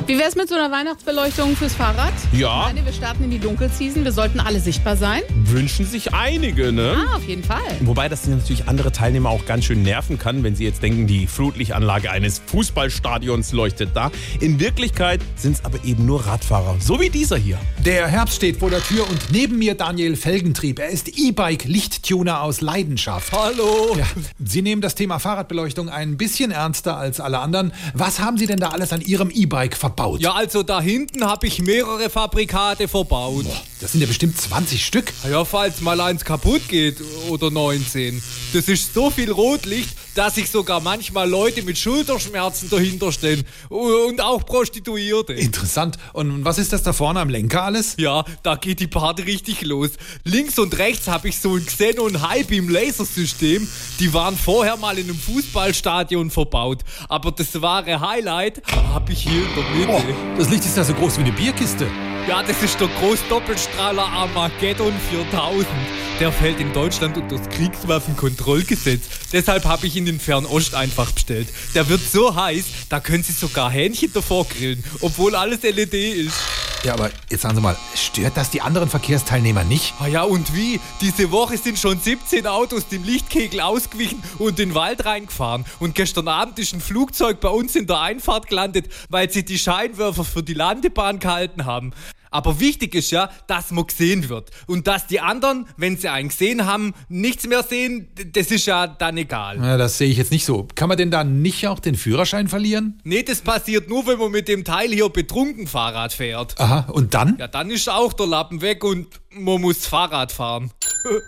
Wie wär's mit so einer Weihnachtsbeleuchtung fürs Fahrrad? Ja. Ich meine, wir starten in die Dunkelseason, wir sollten alle sichtbar sein. Wünschen sich einige, ne? Ah, auf jeden Fall. Wobei das natürlich andere Teilnehmer auch ganz schön nerven kann, wenn sie jetzt denken, die Flutlichtanlage eines Fußballstadions leuchtet da. In Wirklichkeit sind es aber eben nur Radfahrer, so wie dieser hier. Der Herbst steht vor der Tür und neben mir Daniel Felgentrieb. Er ist E-Bike-Lichttuner aus Leidenschaft. Hallo. Ja, Sie nehmen das Thema Fahrradbeleuchtung ein bisschen ernster als alle anderen. Was haben Sie denn da alles an Ihrem E-Bike verbaut? Ja, also da hinten habe ich mehrere Fabrikate verbaut. Das sind ja bestimmt 20 Stück. Ja, falls mal eins kaputt geht oder 19. Das ist so viel Rotlicht, dass sich sogar manchmal Leute mit Schulterschmerzen dahinter stehen. Und auch Prostituierte. Interessant. Und was ist das da vorne am Lenker alles? Ja, da geht die Party richtig los. Links und rechts habe ich so ein Xenon Highbeam Lasersystem. Die waren vorher mal in einem Fußballstadion verbaut. Aber das wahre Highlight habe ich hier in der Mitte. Oh, das Licht ist ja so groß wie eine Bierkiste. Ja, das ist der Großdoppelstrahler Armageddon 4000. Der fällt in Deutschland unter das Kriegswaffenkontrollgesetz. Deshalb habe ich ihn in Fernost einfach bestellt. Der wird so heiß, da können Sie sogar Hähnchen davor grillen, obwohl alles LED ist. Ja, aber jetzt sagen Sie mal, stört das die anderen Verkehrsteilnehmer nicht? Ah ja, und wie? Diese Woche sind schon 17 Autos dem Lichtkegel ausgewichen und in den Wald reingefahren. Und gestern Abend ist ein Flugzeug bei uns in der Einfahrt gelandet, weil sie die Scheinwerfer für die Landebahn gehalten haben. Aber wichtig ist ja, dass man gesehen wird. Und dass die anderen, wenn sie einen gesehen haben, nichts mehr sehen, das ist ja dann egal. Ja, das sehe ich jetzt nicht so. Kann man denn da nicht auch den Führerschein verlieren? Nee, das passiert nur, wenn man mit dem Teil hier betrunken Fahrrad fährt. Aha, und dann? Ja, dann ist auch der Lappen weg und man muss Fahrrad fahren.